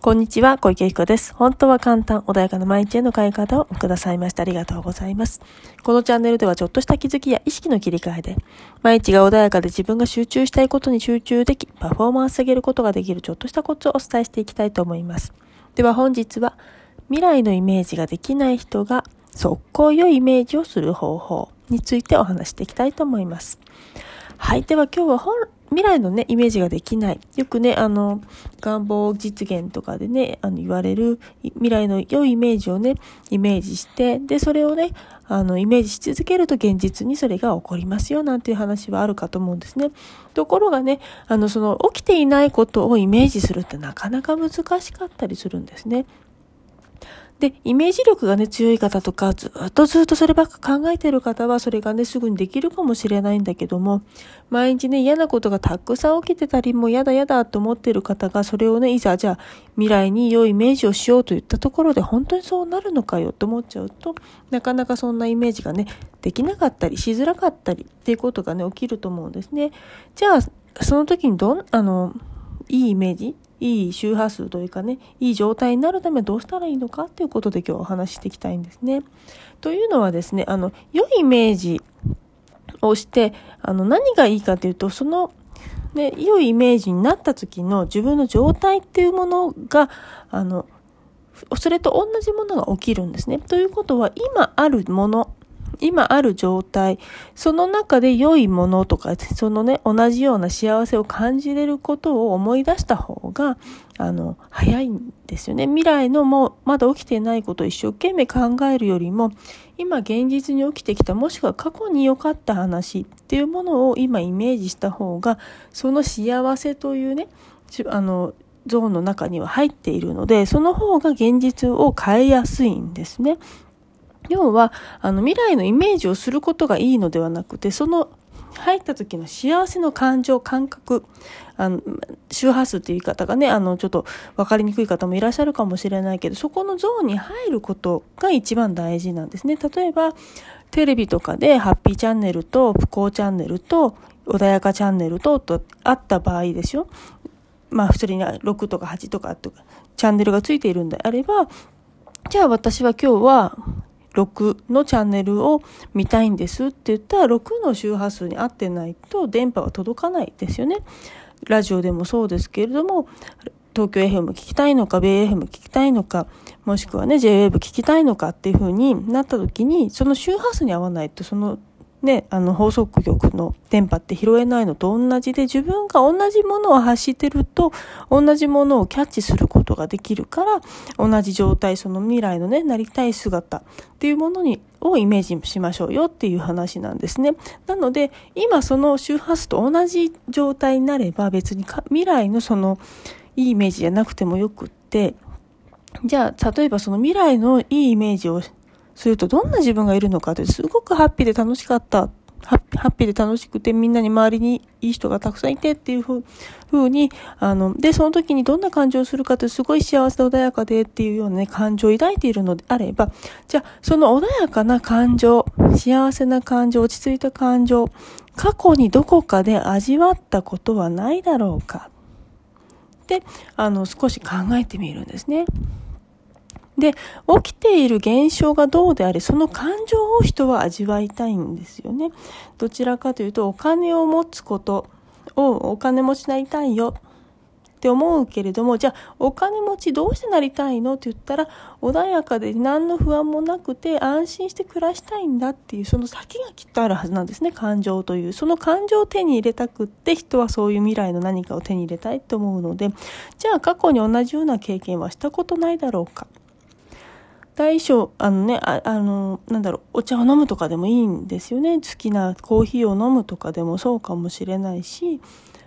こんにちは、小池彦です。本当は簡単、穏やかな毎日への変え方をくださいました。ありがとうございます。このチャンネルではちょっとした気づきや意識の切り替えで、毎日が穏やかで自分が集中したいことに集中でき、パフォーマンス上げることができるちょっとしたコツをお伝えしていきたいと思います。では本日は、未来のイメージができない人が速攻良いイメージをする方法についてお話していきたいと思います。はい。では今日は未来のね、イメージができない。よくね、願望実現とかでね、言われる未来の良いイメージをね、イメージして、で、それをね、イメージし続けると現実にそれが起こりますよ、なんていう話はあるかと思うんですね。ところがね、起きていないことをイメージするってなかなか難しかったりするんですね。で、イメージ力がね、強い方とか、ずっとそればっか考えている方は、それがね、すぐにできるかもしれないんだけども、毎日ね、嫌なことがたくさん起きてたり、もうやだと思っている方が、それをね、いざ、じゃあ、未来に良いイメージをしようといったところで、本当にそうなるのかよと思っちゃうと、なかなかそんなイメージがね、できなかったり、しづらかったり、っていうことがね、起きると思うんですね。じゃあ、その時にいいイメージ、いい周波数というかね、いい状態になるためにどうしたらいいのかということで今日お話ししていきたいんですね。というのはですね、良いイメージをして、何がいいかというと、ね、良いイメージになった時の自分の状態っていうものが、それと同じものが起きるんですね。ということは、今ある状態、その中で良いものとか、同じような幸せを感じれることを思い出した方が、早いんですよね。未来のもう、まだ起きていないことを一生懸命考えるよりも、今現実に起きてきた、もしくは過去に良かった話っていうものを今イメージした方が、その幸せというね、ゾーンの中には入っているので、その方が現実を変えやすいんですね。要は、未来のイメージをすることがいいのではなくて、その入った時の幸せの感覚、周波数という言い方がね、ちょっと分かりにくい方もいらっしゃるかもしれないけど、そこのゾーンに入ることが一番大事なんですね。例えば、テレビとかでハッピーチャンネルと不幸チャンネルと穏やかチャンネルとあった場合ですよ。まあ、普通に6とか8とかチャンネルがついているんであれば、じゃあ私は今日は、6のチャンネルを見たいんですって言ったら6の周波数に合ってないと電波は届かないですよね。ラジオでもそうですけれども、東京 FM 聞きたいのか、米 FM 聞きたいのか、もしくはね J-Wave 聞きたいのかっていう風になった時に、その周波数に合わないと放送局の電波って拾えないのと同じで、自分が同じものを発してると同じものをキャッチすることができるから、同じ状態、その未来のね、なりたい姿っていうものをイメージしましょうよっていう話なんですね。なので、今その周波数と同じ状態になれば別に未来のいいイメージじゃなくてもよくって、じゃあ例えばその未来のいいイメージをするとどんな自分がいるのかって、すごくハッピーで楽しかった。ハッピーで楽しくて、みんなに周りにいい人がたくさんいてっていうふうに、で、その時にどんな感情をするかって、すごい幸せで穏やかでっていうようなね、感情を抱いているのであれば、じゃあ、その穏やかな感情、幸せな感情、落ち着いた感情、過去にどこかで味わったことはないだろうかって、少し考えてみるんですね。で、起きている現象がどうであれ、その感情を人は味わいたいんですよね。どちらかというと、お金を持つことを、お金持ちになりたいよって思うけれども、じゃあ、お金持ちどうしてなりたいのって言ったら、穏やかで何の不安もなくて安心して暮らしたいんだっていう、その先がきっとあるはずなんですね。感情という。その感情を手に入れたくって、人はそういう未来の何かを手に入れたいと思うので、じゃあ過去に同じような経験はしたことないだろうか。大小、お茶を飲むとかでもいいんですよね。好きなコーヒーを飲むとかでもそうかもしれないし、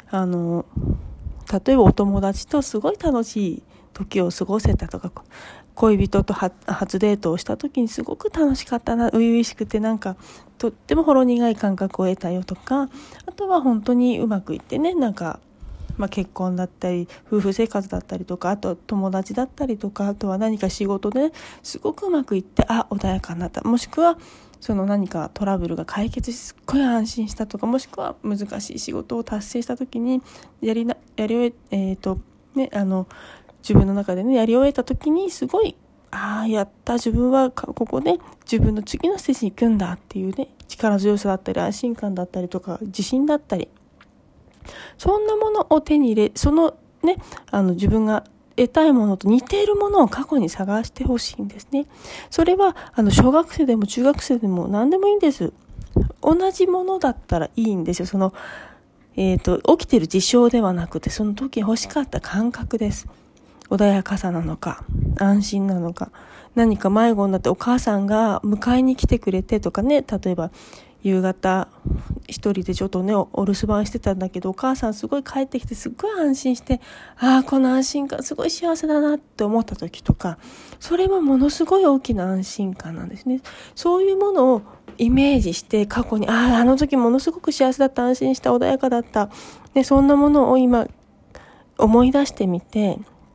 例えばお友達とすごい楽しい時を過ごせたとか、恋人と初デートをした時にすごく楽しかったな、初々しくてとってもほろ苦い感覚を得たよとか、あとは本当にうまくいってね、結婚だったり夫婦生活だったりとか、あと友達だったりとか、あとは何か仕事で、すごくうまくいって、穏やかになった、もしくはその何かトラブルが解決しすっごい安心したとか、もしくは難しい仕事を達成した時に自分の中でね、やり終えた時にすごい、やった、自分はここで自分の次のステージに行くんだっていうね、力強さだったり安心感だったりとか自信だったり、そんなものを手に入れ、そのね、自分が得たいものと似ているものを過去に探してほしいんですね。それは小学生でも中学生でも何でもいいんです。同じものだったらいいんですよ。起きてる事象ではなくて、その時欲しかった感覚です。穏やかさなのか、安心なのか、何か迷子になってお母さんが迎えに来てくれてとかね、例えば夕方一人でちょっとねお留守番してたんだけど、お母さんすごい帰ってきてすっごい安心して、この安心感すごい幸せだなって思った時とか、それもものすごい大きな安心感なんですね。そういうものをイメージして過去に、あの時ものすごく幸せだった、安心した、穏やかだった、ね、そんなものを今思い出してみて、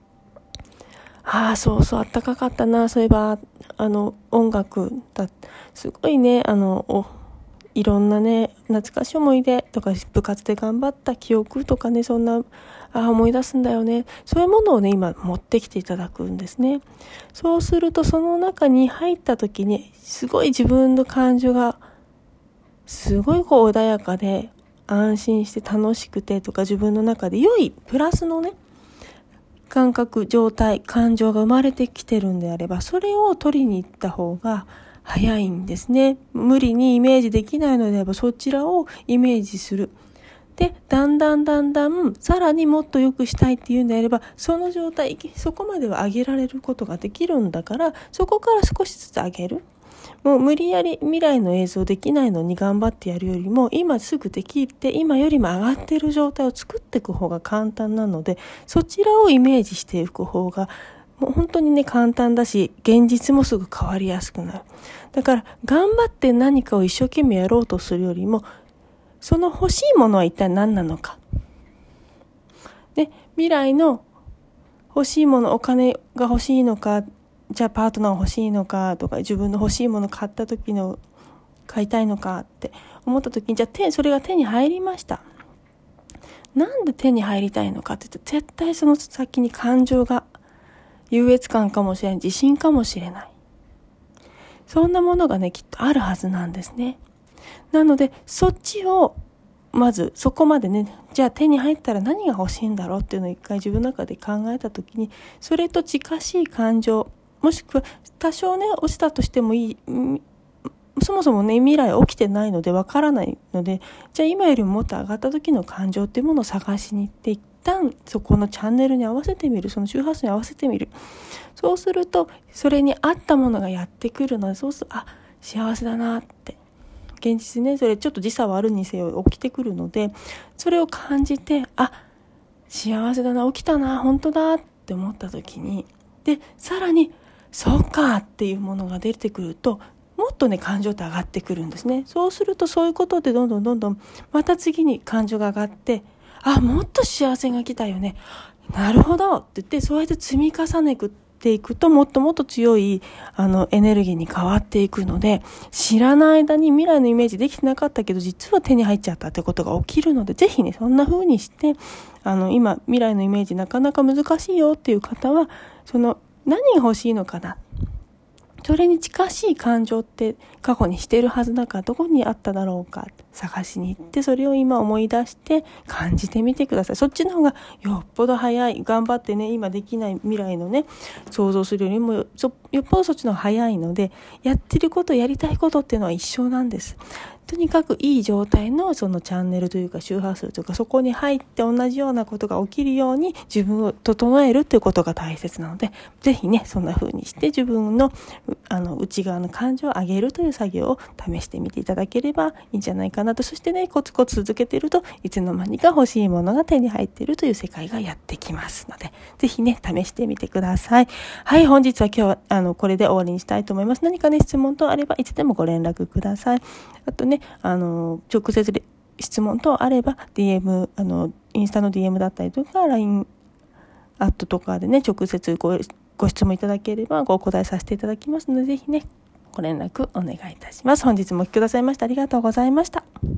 そうそう、あったかかったな、そういえば音楽だ、すごいね、いろんなね、懐かしい思い出とか、部活で頑張った記憶とかね、そんな、思い出すんだよね。そういうものをね、今持ってきていただくんですね。そうすると、その中に入った時に、すごい自分の感情が、すごい穏やかで、安心して楽しくてとか、自分の中で良い、プラスのね、感覚、状態、感情が生まれてきてるんであれば、それを取りに行った方が、早いんですね。無理にイメージできないのであればそちらをイメージする。で、だんだんさらにもっと良くしたいっていうんであれば、その状態、そこまでは上げられることができるんだから、そこから少しずつ上げる。もう無理やり未来の映像できないのに頑張ってやるよりも、今すぐできて、今よりも上がっている状態を作っていく方が簡単なので、そちらをイメージしていく方がもう本当にね、簡単だし、現実もすぐ変わりやすくなる。だから頑張って何かを一生懸命やろうとするよりも、その欲しいものは一体何なのか。で、未来の欲しいもの、お金が欲しいのか、じゃあパートナーが欲しいのかとか、自分の欲しいもの買った時の買いたいのかって思った時に、じゃあそれが手に入りました。なんで手に入りたいのかって言って、絶対その先に感情が、優越感かもしれない、自信かもしれない。そんなものがね、きっとあるはずなんですね。なので、そっちを、まずそこまでね、じゃあ手に入ったら何が欲しいんだろうっていうのを一回自分の中で考えたときに、それと近しい感情、もしくは多少ね、落ちたとしてもいい、そもそもね、未来起きてないのでわからないので、じゃあ今よりももっと上がった時の感情っていうものを探しに行って、一旦そこのチャンネルに合わせてみる、その周波数に合わせてみる。そうすると、それに合ったものがやってくるので、そうすると、幸せだなって。現実ね、それちょっと時差はあるにせよ起きてくるので、それを感じて、幸せだな、起きたな、本当だって思った時に、で、さらに、そうかっていうものが出てくると、もっとね、感情って上がってくるんですね。そうすると、そういうことでどんどん、また次に感情が上がって、もっと幸せが来たよね。なるほどって言って、そうやって積み重ねていくと、もっともっと強い、エネルギーに変わっていくので、知らない間に未来のイメージできてなかったけど、実は手に入っちゃったってことが起きるので、ぜひね、そんな風にして、今、未来のイメージなかなか難しいよっていう方は、何が欲しいのかな。それに近しい感情って過去にしているはずだから、どこにあっただろうか探しに行って、それを今思い出して感じてみてください。そっちの方がよっぽど早い。頑張ってね、今できない未来のね、想像するよりもよっぽどそっちの方が早いので、やってること、やりたいことっていうのは一緒なんです。とにかくいい状態のそのチャンネルというか周波数というか、そこに入って同じようなことが起きるように自分を整えるということが大切なので、ぜひね、そんな風にして自分の内側の感情を上げるという作業を試してみていただければいいんじゃないかなと。そしてね、コツコツ続けているといつの間にか欲しいものが手に入っているという世界がやってきますので、ぜひね、試してみてください。はい、本日は今日はこれで終わりにしたいと思います。何かね、質問等あればいつでもご連絡ください。あとね、直接で質問等あれば DM、インスタの DM だったりとか LINE アットとかでね、直接ご質問いただければお答えさせていただきますので、ぜひね、ご連絡お願いいたします。本日もお聞きくださいましてありがとうございました。